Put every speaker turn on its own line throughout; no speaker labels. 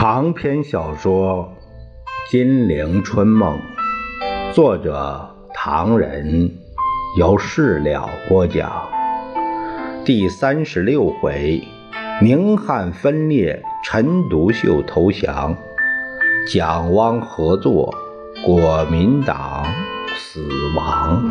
长篇小说《金陵春梦》，作者唐人，由事了播讲。第36回，宁汉分裂，陈独秀投降，蒋汪合作，国民党死亡。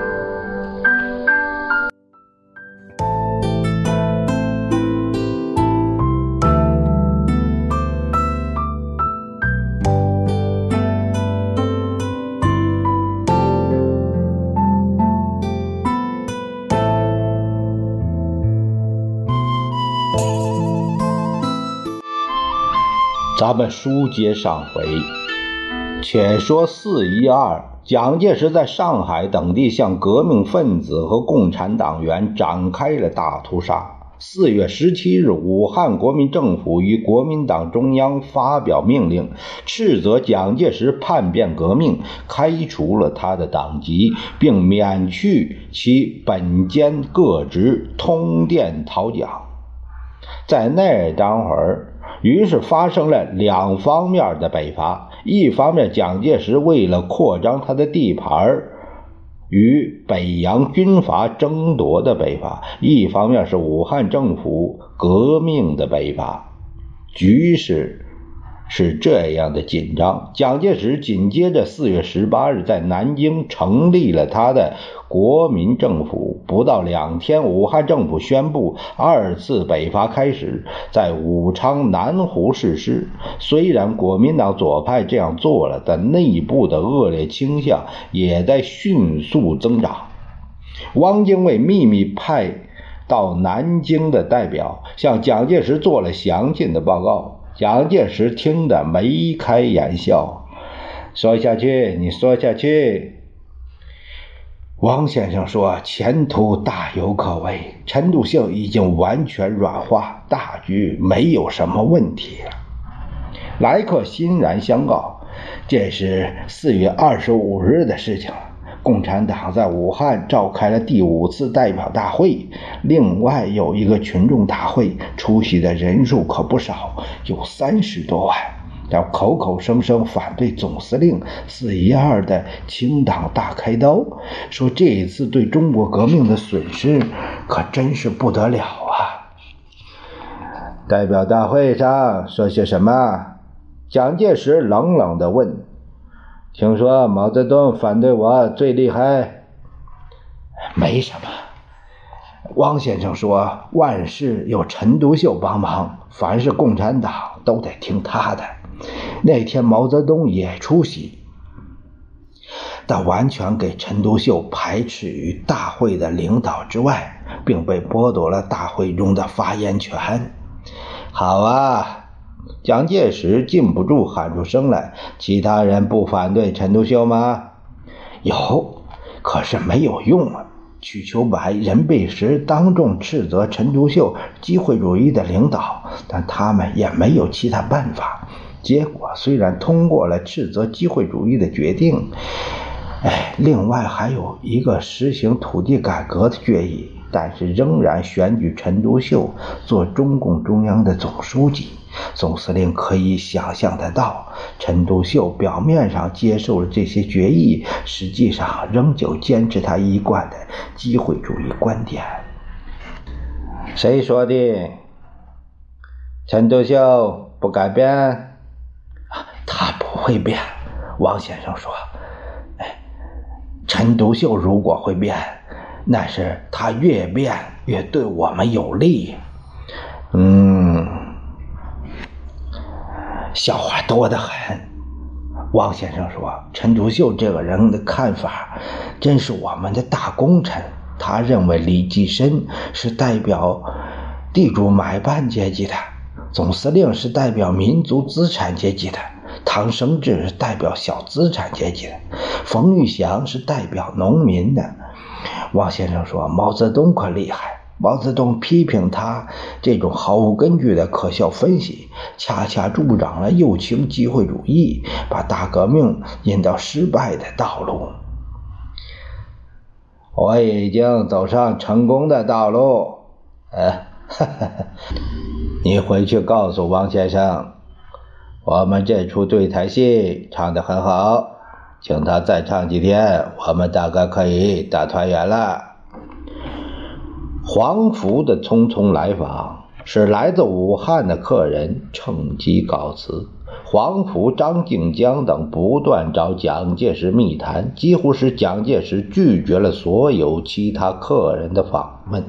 咱们书接上回，且说4·12，蒋介石在上海等地向革命分子和共产党员展开了大屠杀。4月17日，武汉国民政府与国民党中央发表命令，斥责蒋介石叛变革命，开除了他的党籍，并免去其本兼各职，通电讨蒋。在那当会儿，于是发生了两方面的北伐。一方面，蒋介石为了扩张他的地盘，与北洋军阀争夺的北伐；一方面是武汉政府革命的北伐。局势是这样的紧张。蒋介石紧接着4月18日在南京成立了他的国民政府，不到2天，武汉政府宣布2次北伐开始，在武昌、南湖实施。虽然国民党左派这样做了，但内部的恶劣倾向也在迅速增长。汪精卫秘密派到南京的代表向蒋介石做了详尽的报告，蒋介石听得眉开眼笑，说下去，你说下去。汪先生说，前途大有可为，陈独秀已经完全软化，大局没有什么问题了。来客欣然相告，这是4月25日的事情了。共产党在武汉召开了第5次代表大会，另外有一个群众大会，出席的人数可不少，有30多万，要口口声声反对总司令4·12的清党大开刀，说这一次对中国革命的损失可真是不得了啊。代表大会上说些什么？蒋介石冷冷地问。听说毛泽东反对我最厉害？没什么。汪先生说，万事有陈独秀帮忙，凡是共产党都得听他的。那天毛泽东也出席，但完全给陈独秀排斥于大会的领导之外，并被剥夺了大会中的发言权。好啊，蒋介石禁不住喊出声来，其他人不反对陈独秀吗？有，可是没有用啊。瞿秋白、任弼时当众斥责陈独秀机会主义的领导，但他们也没有其他办法。结果虽然通过了斥责机会主义的决定，另外还有一个实行土地改革的决议，但是仍然选举陈独秀做中共中央的总书记。总司令可以想象得到，陈独秀表面上接受了这些决议，实际上仍旧坚持他一贯的机会主义观点。谁说的？陈独秀不改变？他不会变。王先生说，陈独秀如果会变，那是他越变越对我们有利。笑话多得很。汪先生说，陈独秀这个人的看法真是我们的大功臣。他认为李济深是代表地主买办阶级的，总司令是代表民族资产阶级的，唐生智是代表小资产阶级的，冯玉祥是代表农民的。汪先生说，毛泽东可厉害。毛泽东批评他这种毫无根据的可笑分析，恰恰助长了右倾机会主义，把大革命引到失败的道路。我已经走上成功的道路。你回去告诉王先生， 我们这出对台戏唱得很好，请他再唱几天，我们大概可以大团圆了。黄福的匆匆来访使来自武汉的客人趁机告辞。黄福、张静江等不断找蒋介石密谈，几乎使蒋介石拒绝了所有其他客人的访问。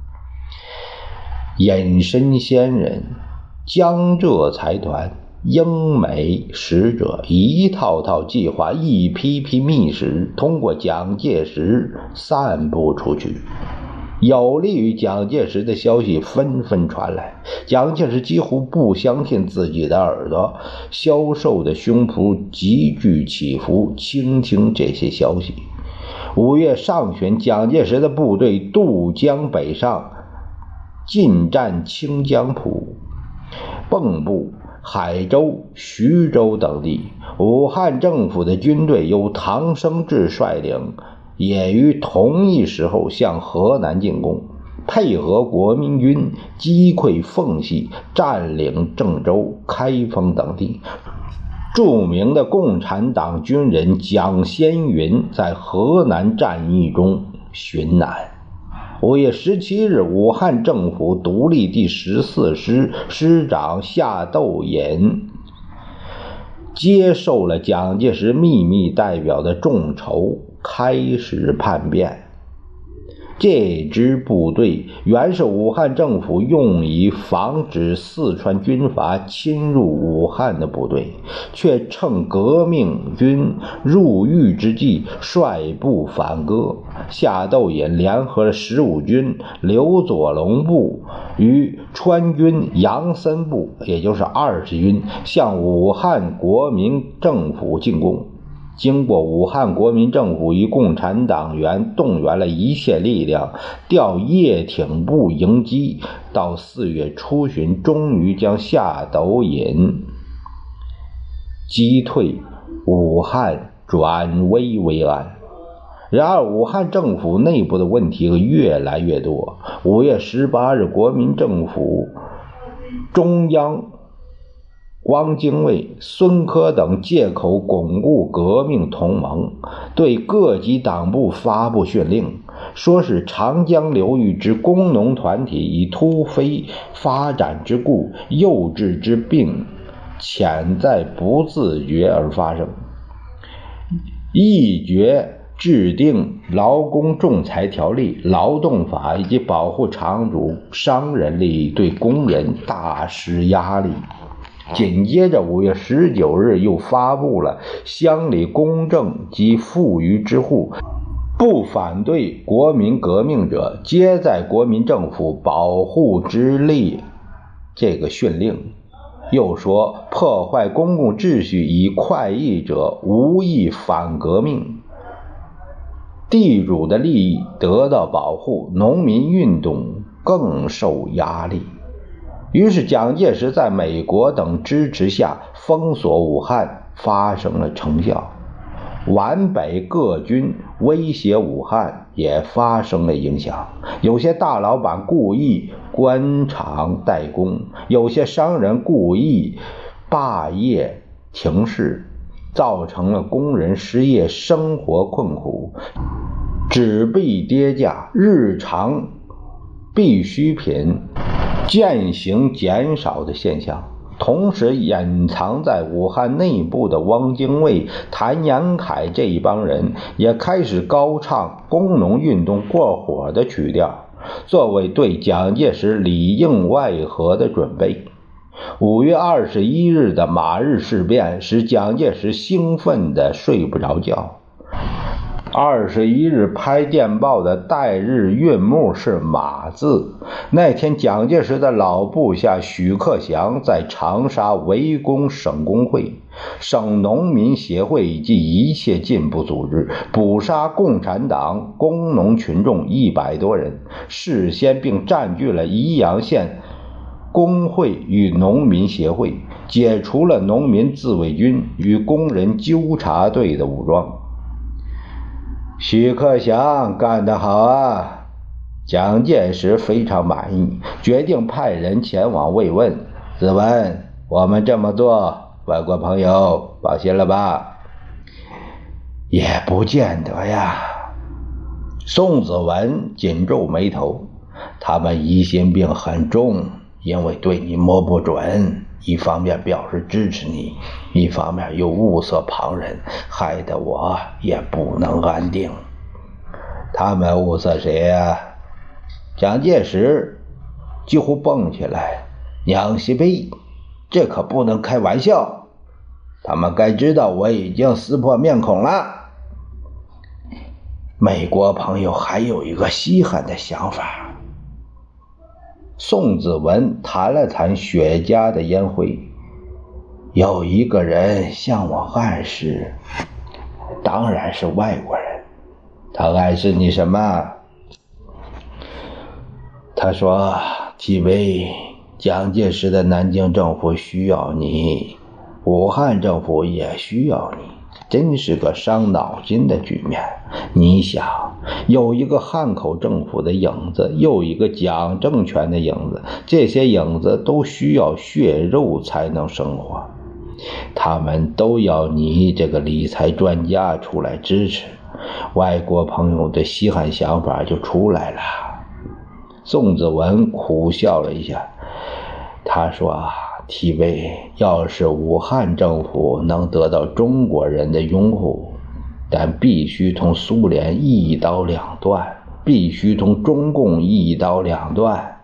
隐身仙人、江浙财团、英美使者一套套计划，一批批密使通过蒋介石散布出去，有利于蒋介石的消息纷纷传来。蒋介石几乎不相信自己的耳朵，消瘦的胸脯急剧起伏，倾听这些消息。5月上旬，蒋介石的部队渡江北上，进占清江浦、蚌埠、海州、徐州等地。武汉政府的军队由唐生智率领，也于同一时候向河南进攻，配合国民军击溃奉系，占领郑州、开封等地。著名的共产党军人蒋先云在河南战役中殉难。5月17日，武汉政府独立第14师师长夏斗寅接受了蒋介石秘密代表的众筹，开始叛变。这支部队原是武汉政府用以防止四川军阀侵入武汉的部队，却趁革命军入狱之际率部反戈。夏斗寅联合了15军刘佐龙部与川军杨森部，也就是20军，向武汉国民政府进攻。经过武汉国民政府与共产党员动员了一切力量，调叶挺部迎击，到4月初旬，终于将夏斗寅击退，武汉转危为安。然而武汉政府内部的问题越来越多。5月18日，国民政府中央汪精卫、孙科等借口巩固革命同盟，对各级党部发布训令，说是长江流域之工农团体以突飞发展之故，幼稚之病潜在不自觉而发生，议决制定劳工仲裁条例、劳动法以及保护厂主商人利益，对工人大施压力。紧接着5月19日又发布了乡里公证及富余之户不反对国民革命者，皆在国民政府保护之列这个训令。又说破坏公共秩序以快意者无意反革命，地主的利益得到保护，农民运动更受压力。于是蒋介石在美国等支持下封锁武汉发生了成效，皖北各军威胁武汉也发生了影响。有些大老板故意关厂怠工，有些商人故意罢业停市，造成了工人失业，生活困苦，纸币跌价，日常必需品渐行减少的现象。同时隐藏在武汉内部的汪精卫、谭延闿这一帮人也开始高唱工农运动过火的曲调，作为对蒋介石里应外合的准备。5月21日的马日事变使蒋介石兴奋得睡不着觉。21日拍电报的代日韵目是马字。那天蒋介石的老部下许克祥在长沙围攻省工会、省农民协会以及一切进步组织，捕杀共产党工农群众100多人，事先并占据了宜阳县工会与农民协会，解除了农民自卫军与工人纠察队的武装。许克祥干得好啊！蒋介石非常满意，决定派人前往慰问。自问我们这么做外国朋友，放心了吧？也不见得呀。宋子文紧皱眉头，他们疑心病很重，因为对你摸不准，一方面表示支持你，一方面又物色旁人，害得我也不能安定。他们物色谁呀？蒋介石几乎蹦起来，娘西贝，这可不能开玩笑，他们该知道我已经撕破面孔了。美国朋友还有一个稀罕的想法。宋子文弹了弹雪茄的烟灰，有一个人向我暗示，当然是外国人。他暗示你什么？他说 TV 蒋介石的南京政府需要你，武汉政府也需要你，真是个伤脑筋的局面。你想，有一个汉口政府的影子，又一个蒋政权的影子，这些影子都需要血肉才能生活，他们都要你这个理财专家出来支持，外国朋友的稀罕想法就出来了。宋子文苦笑了一下，他说TV 要是武汉政府能得到中国人的拥护，但必须同苏联一刀两断，必须同中共一刀两断。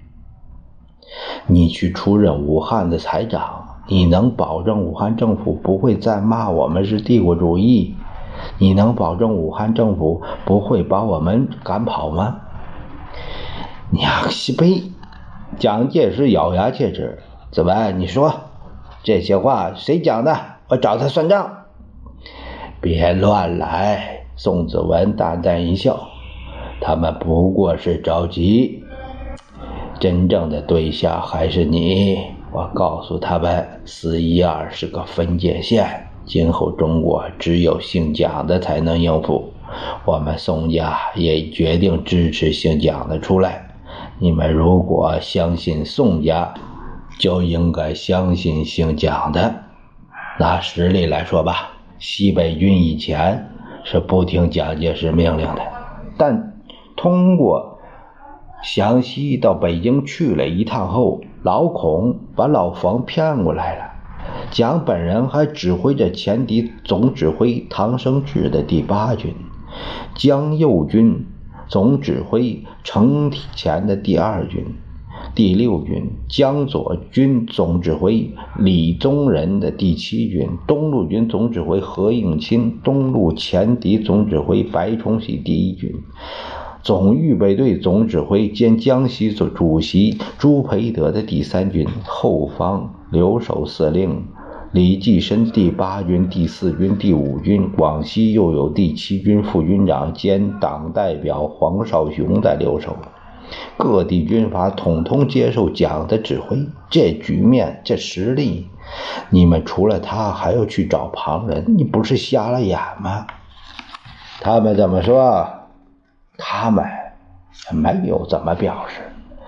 你去出任武汉的财长，你能保证武汉政府不会再骂我们是帝国主义？你能保证武汉政府不会把我们赶跑吗？娘西贝，蒋介石咬牙切齿，子文，你说这些话谁讲的？我找他算账。别乱来，宋子文淡淡一笑，他们不过是着急，真正的对象还是你。我告诉他们412是个分界线，今后中国只有姓蒋的才能应付，我们宋家也决定支持姓蒋的出来。你们如果相信宋家，就应该相信姓蒋的。拿实力来说吧，西北军以前是不听蒋介石命令的，但通过湘西到北京去了一趟后，老孔把老冯骗过来了。蒋本人还指挥着前敌总指挥唐生智的第8军，江右军总指挥程潜的第2军，第6军江左军总指挥李宗仁的第7军，东路军总指挥何应钦，东路前敌总指挥白崇禧第1军，总预备队总指挥兼江西主席朱培德的第3军，后方留守司令李济深第8军、第4军、第5军，广西又有第7军副军长兼党代表黄绍雄在留守，各地军阀统统接受蒋的指挥。这局面，这实力，你们除了他还要去找旁人，你不是瞎了眼吗？他们怎么说？他们没有怎么表示。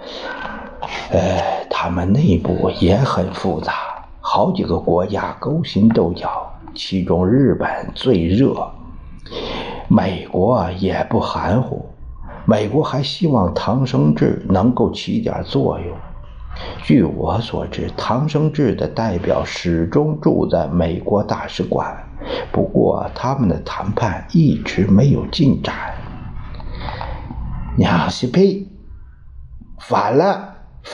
他们内部也很复杂，好几个国家勾心斗角，其中日本最热，美国也不含糊。美国还希望唐生智能够起点作用。据我所知，唐生智的代表始终住在美国大使馆，不过他们的谈判一直没有进展。娘西呸，反了！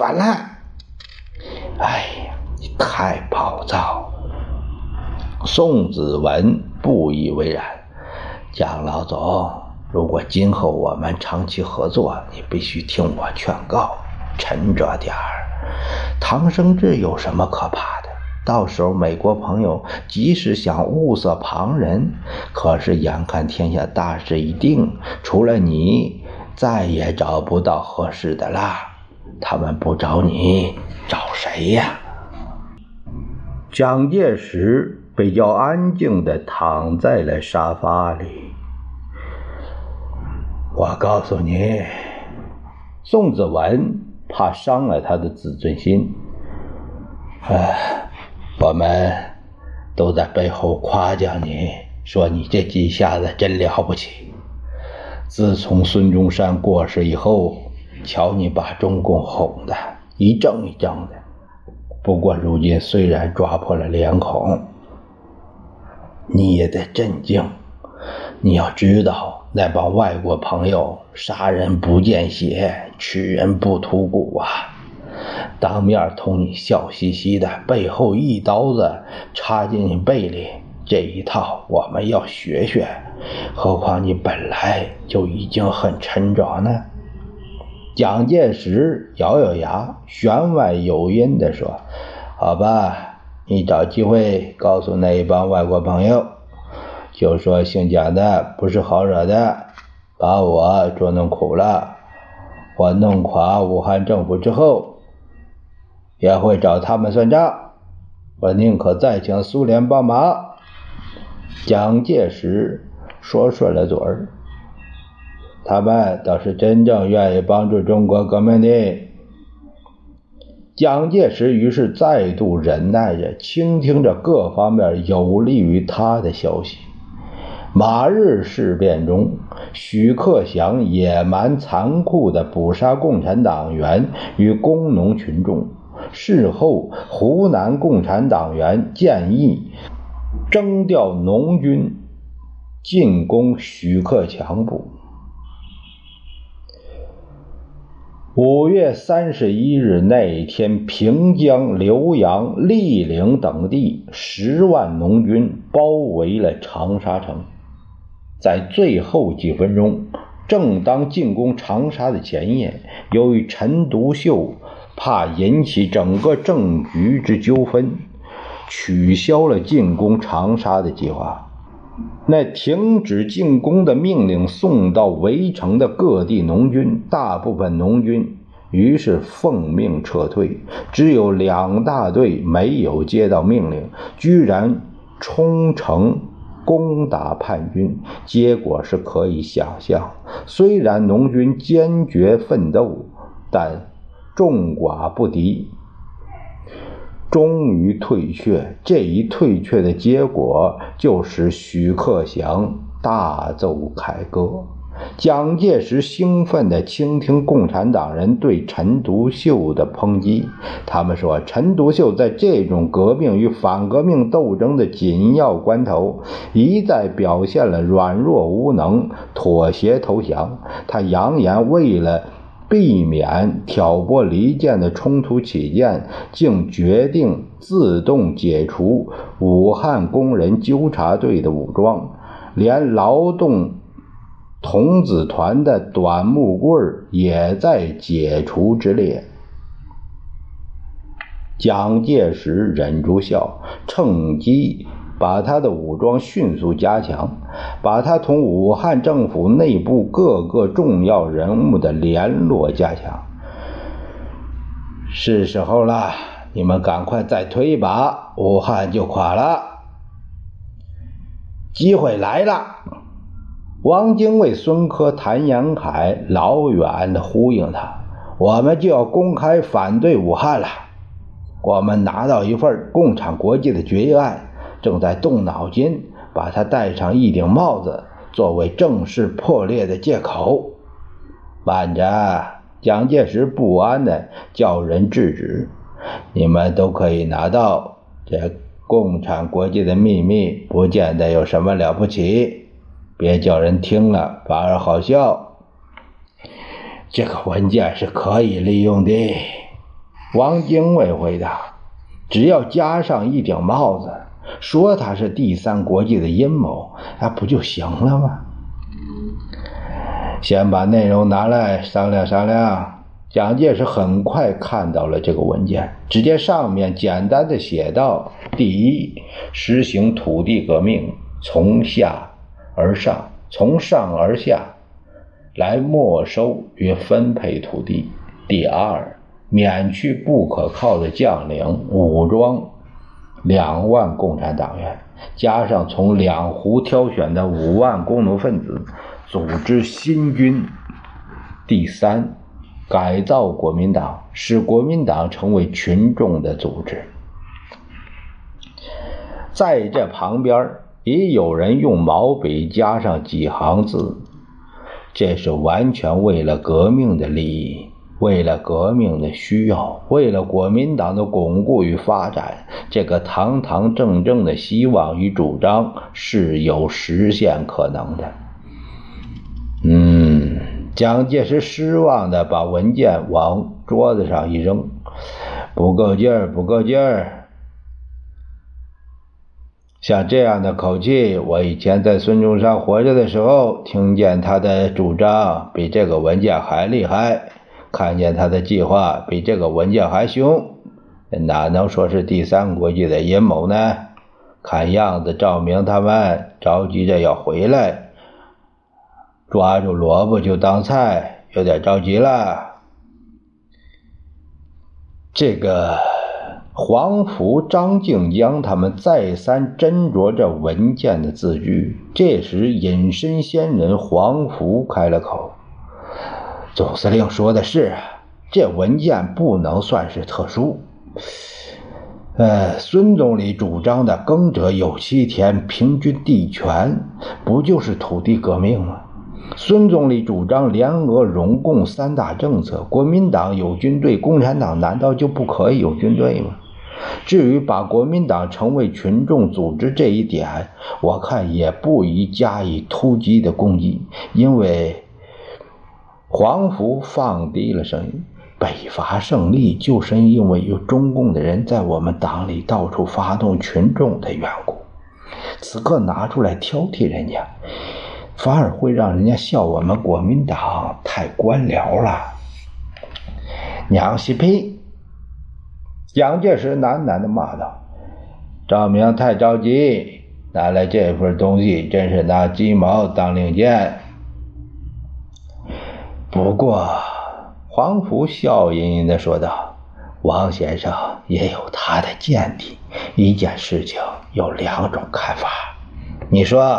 哎呀，你太暴躁！宋子文不以为然。蒋老总，如果今后我们长期合作，你必须听我劝告，沉着点儿。唐生智有什么可怕的？到时候美国朋友即使想物色旁人，可是眼看天下大势已定，除了你再也找不到合适的啦。他们不找你，找谁呀？蒋介石比较安静地躺在了沙发里。我告诉你，宋子文怕伤了他的自尊心。我们都在背后夸奖你，说你这几下子真了不起。自从孙中山过世以后，瞧你把中共哄的一怔一怔的。不过如今虽然抓破了脸孔，你也得镇静。你要知道，那帮外国朋友杀人不见血，吃人不吐骨啊！当面同你笑嘻嘻的，背后一刀子插进你背里，这一套我们要学学。何况你本来就已经很沉着呢。蒋介石咬咬牙，弦外有音地说：好吧，你找机会告诉那一帮外国朋友，就说姓蒋的不是好惹的，把我捉弄苦了。我弄垮武汉政府之后，也会找他们算账。我宁可再请苏联帮忙。蒋介石说顺了嘴儿，他们倒是真正愿意帮助中国革命的。蒋介石于是再度忍耐着，倾听着各方面有利于他的消息。马日事变中，许克祥野蛮残酷地捕杀共产党员与工农群众。事后，湖南共产党员建议征调农军进攻许克强部。5月31日那一天，平江、浏阳、郦陵等地10万农军包围了长沙城。在最后几分钟，正当进攻长沙的前夜，由于陈独秀怕引起整个政局之纠纷，取消了进攻长沙的计划。那停止进攻的命令送到围城的各地农军，大部分农军于是奉命撤退，只有2大队没有接到命令，居然冲城攻打叛军。结果是可以想象，虽然农军坚决奋斗，但众寡不敌，终于退却。这一退却的结果，就使许克祥大奏凯歌。蒋介石兴奋地倾听共产党人对陈独秀的抨击。他们说，陈独秀在这种革命与反革命斗争的紧要关头，一再表现了软弱无能、妥协投降。他扬言，为了避免挑拨离间的冲突起见，竟决定自动解除武汉工人纠察队的武装，连劳动童子团的短木棍也在解除之列。蒋介石忍住笑，趁机把他的武装迅速加强，把他同武汉政府内部各个重要人物的联络加强。是时候了，你们赶快再推一把，武汉就垮了。机会来了。汪精卫、孙科、谭延闿老远地呼应他，我们就要公开反对武汉了。我们拿到一份共产国际的决议案，正在动脑筋把它戴上一顶帽子，作为正式破裂的借口。慢着，蒋介石不安地叫人制止，你们都可以拿到，这共产国际的秘密不见得有什么了不起，别叫人听了反而好笑。这个文件是可以利用的，汪精卫回答，只要加上一顶帽子，说它是第三国际的阴谋，那不就行了吗？先把内容拿来商量商量。蒋介石很快看到了这个文件，只见上面简单的写道：第一，实行土地革命，从下而上，从上而下来没收与分配土地。第二，免去不可靠的将领，武装2万共产党员，加上从两湖挑选的5万工农分子，组织新军。第三，改造国民党，使国民党成为群众的组织。 在这旁边也有人用毛笔加上几行字，这是完全为了革命的利益，为了革命的需要，为了国民党的巩固与发展，这个堂堂正正的希望与主张是有实现可能的。蒋介石失望地把文件往桌子上一扔，不够劲儿，不够劲儿。像这样的口气，我以前在孙中山活着的时候听见他的主张比这个文件还厉害，看见他的计划比这个文件还凶，哪能说是第三国际的阴谋呢？看样子赵明他们着急着要回来，抓住萝卜就当菜，有点着急了。这个黄福、张静江他们再三斟酌着文件的字句，这时隐身仙人黄福开了口：总司令说的是，这文件不能算是特殊。孙总理主张的耕者有其田，平均地权，不就是土地革命吗？孙总理主张联俄容共三大政策，国民党有军队，共产党难道就不可以有军队吗？至于把国民党成为群众组织这一点，我看也不宜加以突击的攻击，因为黄福放低了声音，北伐胜利就是因为有中共的人在我们党里到处发动群众的缘故，此刻拿出来挑剔人家，反而会让人家笑我们国民党太官僚了。娘西屁！蒋介石喃喃地骂道：赵明太着急，拿来这份东西真是拿鸡毛当令箭。不过黄福笑吟吟地说道：王先生也有他的见地，一件事情有两种看法。你说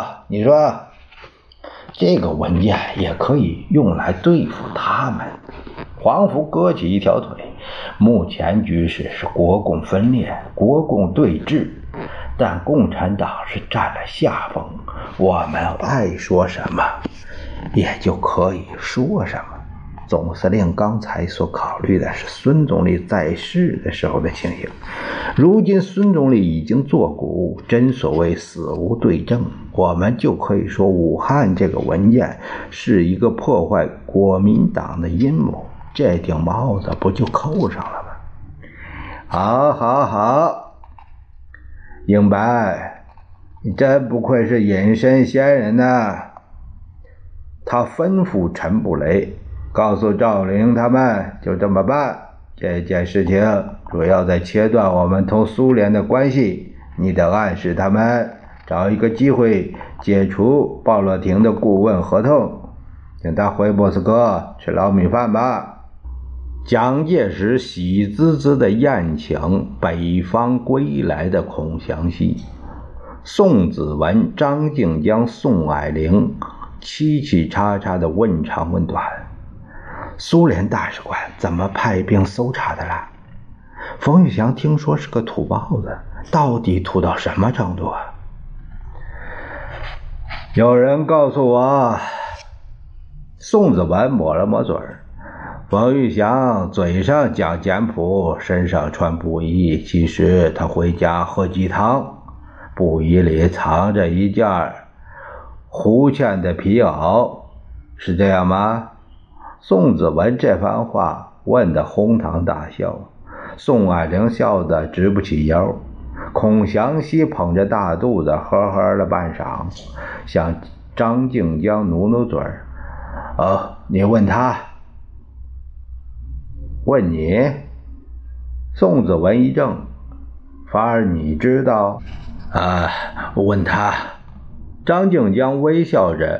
这个文件也可以用来对付他们。黄福割起一条腿，目前局势是国共分裂，国共对峙，但共产党是占了下风，我们爱说什么也就可以说什么。总司令刚才所考虑的是孙总理在世的时候的情形，如今孙总理已经作古，真所谓死无对证，我们就可以说武汉这个文件是一个破坏国民党的阴谋，这顶帽子不就扣上了吗？好，英白，你真不愧是隐身仙人呐！他吩咐陈布雷，告诉赵玲他们就这么办，这件事情主要在切断我们同苏联的关系，你得暗示他们找一个机会解除鲍乐廷的顾问合同，请他回莫斯科吃老米饭吧。蒋介石喜滋滋地宴请北方归来的孔祥熙、宋子文、张静江、宋霭龄七七叉叉地问长问短。苏联大使馆怎么派兵搜查的了？冯玉祥听说是个土包子，到底土到什么程度啊？有人告诉我，宋子文抹了抹嘴儿，冯玉祥嘴上讲简朴，身上穿布衣，其实他回家喝鸡汤，布衣里藏着一件胡茜的皮袄，是这样吗？宋子文这番话问得哄堂大笑，宋霭龄笑得直不起腰，孔祥熙捧着大肚子呵呵了半晌，向张静江努努嘴儿：你问他。问你？宋子文一怔，反而你知道？问他。张静江微笑着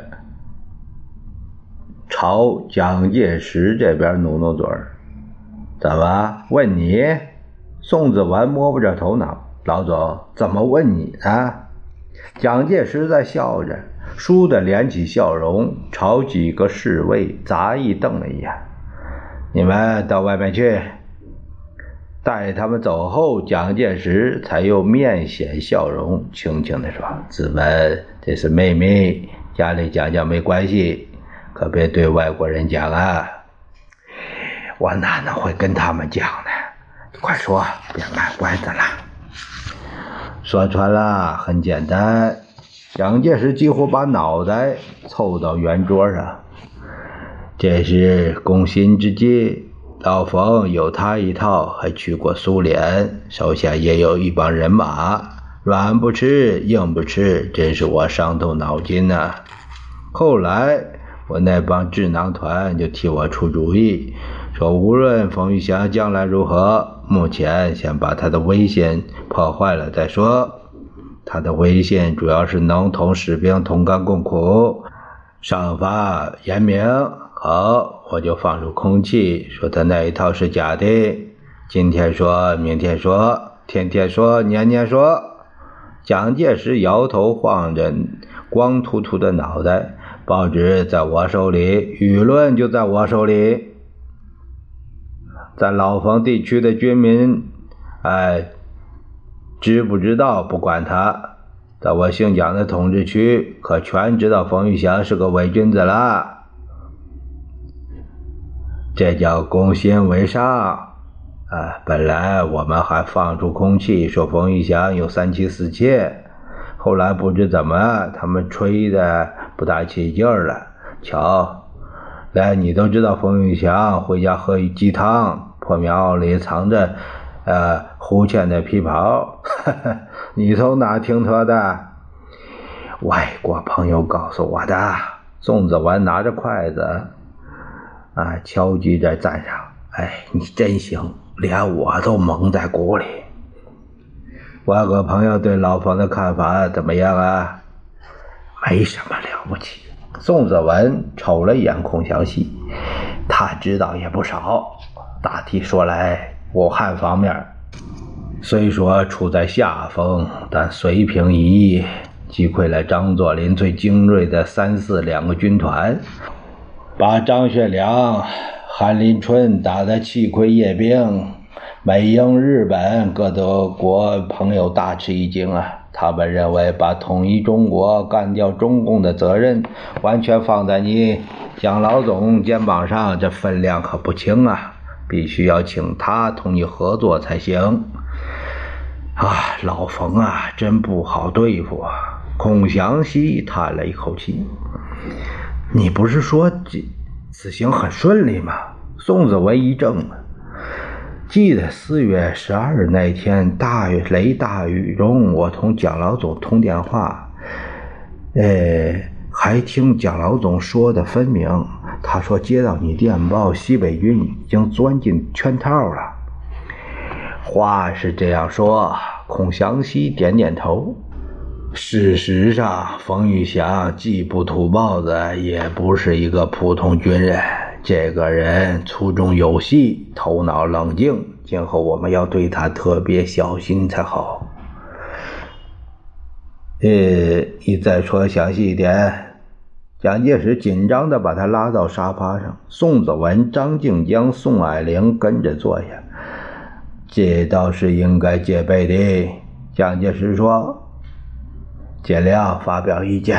朝蒋介石这边努努嘴儿。怎么问你？宋子文摸不着头脑，老总怎么问你呢？蒋介石在笑着，倏地敛起笑容，朝几个侍卫杂役瞪了一眼。你们到外面去。 待他们走后，蒋介石才又面显笑容，轻轻地说：“子文，这是妹妹，家里讲讲没关系，可别对外国人讲啊。”我哪能会跟他们讲呢？快说，别卖关子了。说穿了，很简单。蒋介石几乎把脑袋凑到圆桌上。这是攻心之计，老冯有他一套，还去过苏联，手下也有一帮人马，软不吃硬不吃，真是我伤透脑筋啊。后来我那帮智囊团就替我出主意，说无论冯玉祥将来如何，目前先把他的威信破坏了再说。他的威信主要是能同士兵同甘共苦，赏罚严明。好，我就放出空气，说他那一套是假的，今天说明天说，天天说年年说。蒋介石摇头晃着光秃秃的脑袋，报纸在我手里，舆论就在我手里。在老冯地区的军民知不知道不管他，在我姓蒋的统治区可全知道冯玉祥是个伪君子了。这叫攻心为上。本来我们还放出空气说冯玉祥有3妻4妾，后来不知怎么他们吹的不大起劲了。瞧，来，你都知道冯玉祥回家喝鸡汤，破庙里藏着胡倩的皮袍，你从哪听说的？外国朋友告诉我的。宋子文拿着筷子敲击在赞上，你真行，连我都蒙在鼓里。外国朋友对老冯的看法怎么样啊？没什么了不起。宋子文瞅了一眼孔祥熙，他知道也不少。大体说来，武汉方面虽说处在下风，但绥平一役，击溃了张作霖最精锐的3、4两个军团，把张学良、韩林春打得气溃叶兵，美英日本各德国朋友大吃一惊啊！他们认为把统一中国、干掉中共的责任完全放在你蒋老总肩膀上，这分量可不轻啊！必须要请他同你合作才行。老冯真不好对付啊！孔祥熙叹了一口气，你不是说此行很顺利吗？宋子文一怔，记得4月12日那天大雷大雨中，我同蒋老总通电话，还听蒋老总说的分明，他说接到你电报，西北军已经钻进圈套了。话是这样说，孔祥熙点点头。事实上，冯玉祥既不土包子，也不是一个普通军人，这个人粗中有细，头脑冷静，今后我们要对他特别小心才好。你再说详细一点。蒋介石紧张地把他拉到沙发上，宋子文、张静江、宋霭龄跟着坐下。这倒是应该戒备的，蒋介石说。尽量发表意见。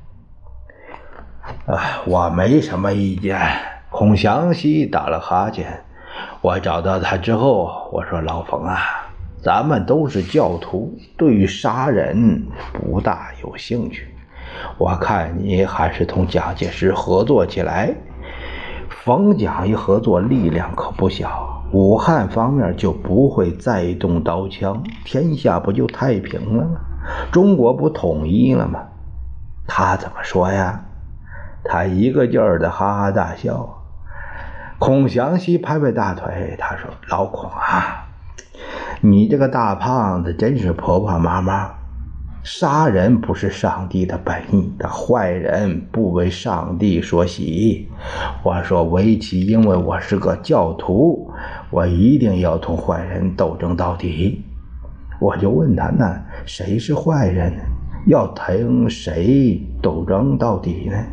我没什么意见。孔祥熙打了哈欠。我找到他之后，我说老冯咱们都是教徒，对于杀人不大有兴趣。我看你还是同蒋介石合作起来。冯蒋一合作，力量可不小，武汉方面就不会再动刀枪，天下不就太平了吗？中国不统一了吗？他怎么说呀？他一个劲儿的哈哈大笑。孔祥熙拍拍大腿，他说：“老孔你这个大胖子真是婆婆妈妈。杀人不是上帝的本意，但坏人不为上帝所喜。我说围棋，因为我是个教徒，我一定要同坏人斗争到底。我就问他呢，谁是坏人？要同谁斗争到底呢？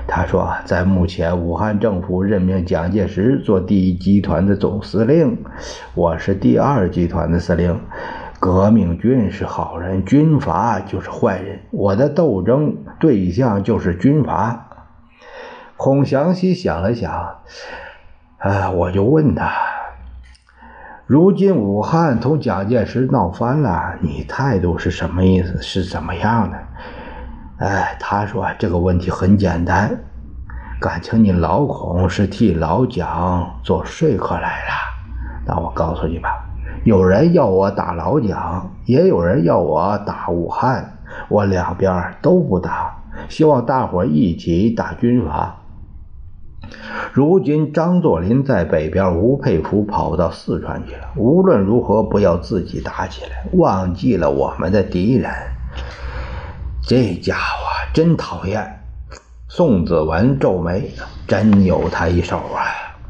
他说，在目前武汉政府任命蒋介石做第一集团的总司令，我是第二集团的司令。革命军是好人，军阀就是坏人，我的斗争对象就是军阀。孔祥熙想了想，我就问他，如今武汉同蒋介石闹翻了，你态度是什么意思？是怎么样的？他说这个问题很简单，感情你老孔是替老蒋做说客来了。那我告诉你吧，有人要我打老蒋，也有人要我打武汉，我两边都不打，希望大伙一起打军阀。如今张作霖在北边，吴佩孚跑到四川去了，无论如何不要自己打起来，忘记了我们的敌人。这家伙真讨厌。宋子文皱眉，真有他一手啊。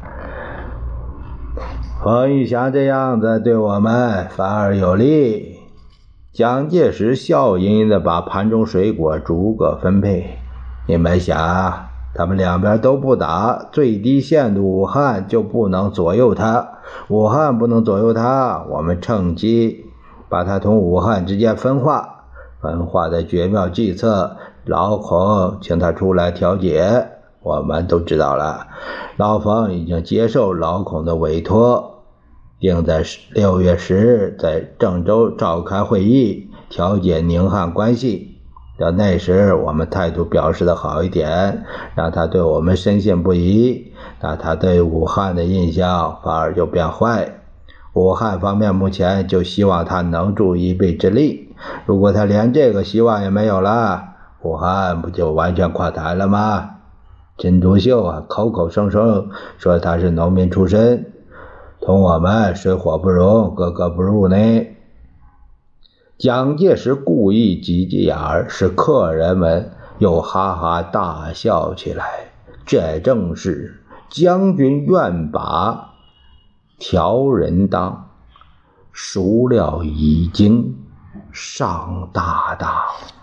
冯玉祥这样子对我们反而有利。蒋介石笑吟吟地把盘中水果逐个分配。你们想，他们两边都不打，最低限度武汉就不能左右他，武汉不能左右他，我们趁机把他同武汉之间分化的绝妙计策，老孔请他出来调解，我们都知道了。老冯已经接受老孔的委托，定在6月10日在郑州召开会议，调解宁汉关系。到那时我们态度表示的好一点，让他对我们深信不疑，那他对武汉的印象反而就变坏。武汉方面目前就希望他能助一臂之力，如果他连这个希望也没有了，武汉不就完全垮台了吗？陈独秀口口声声说他是农民出身，同我们水火不容，格格不入呢。蒋介石故意挤挤眼儿，使客人们又哈哈大笑起来。这正是将军愿把调人当，孰料已经上大当。